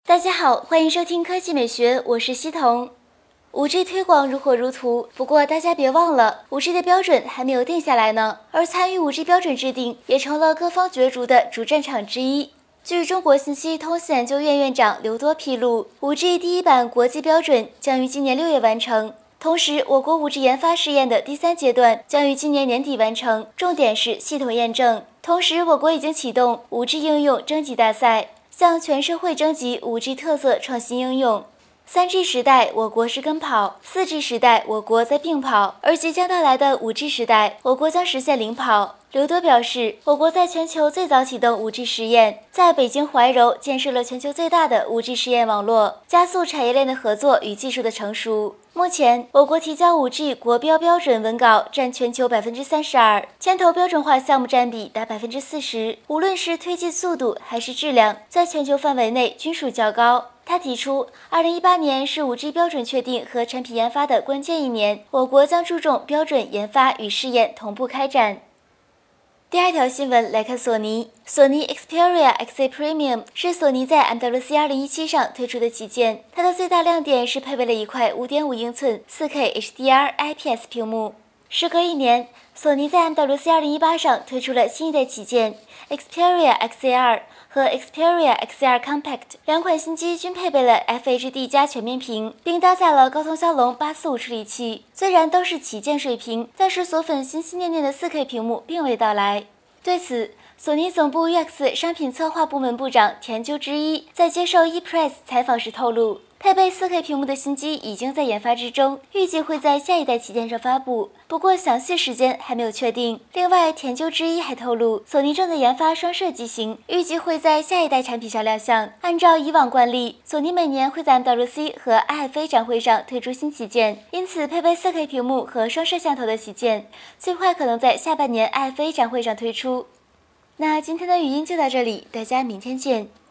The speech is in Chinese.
大家好，欢迎收听科技美学，我是西彤。5G 推广如火如荼，不过大家别忘了，5G 的标准还没有定下来呢。而参与5G 标准制定，也成了各方角逐的主战场之一。据中国信息通信研究院院长刘多披露，5G 第一版国际标准将于今年6月完成。同时，我国5G 研发试验的第3阶段将于今年年底完成，重点是系统验证。同时，我国已经启动5G 应用征集大赛，向全社会征集5G 特色创新应用。3G 时代，我国是跟跑；4G 时代，我国在并跑；而即将到来的5G 时代，我国将实现领跑。刘多表示，我国在全球最早启动5G 实验，在北京怀柔建设了全球最大的5G 实验网络，加速产业链的合作与技术的成熟。目前，我国提交5G 国标标准文稿占全球32%，牵头标准化项目占比达40%，无论是推进速度还是质量，在全球范围内均属较高。他提出，2018年是5G 标准确定和产品研发的关键一年，我国将注重标准研发与试验同步开展。第二条新闻来看索尼 Xperia XZ Premium 是索尼在 MWC 2017上推出的旗舰，它的最大亮点是配备了一块5.5英寸 4K HDR IPS 屏幕。时隔1年，索尼在 MWC 2018上推出了新一代旗舰 Xperia XZR 和 Xperia XZR Compact， 两款新机均配备了 FHD+ 全面屏，并搭载了高通骁龙845处理器。虽然都是旗舰水平，但是索粉心心念念的 4K 屏幕并未到来。对此，索尼总部 UX 商品策划部门部长田鸠之一在接受 ePress 采访时透露，配备 4K 屏幕的新机已经在研发之中，预计会在下一代旗舰上发布，不过详细时间还没有确定。另外，田鸠之一还透露，索尼正在研发双摄机型，预计会在下一代产品上亮相。按照以往惯例，索尼每年会在 MWC 和 IFA 展会上推出新旗舰，因此配备 4K 屏幕和双摄像头的旗舰，最快可能在下半年 IFA 展会上推出。那今天的语音就到这里，大家明天见。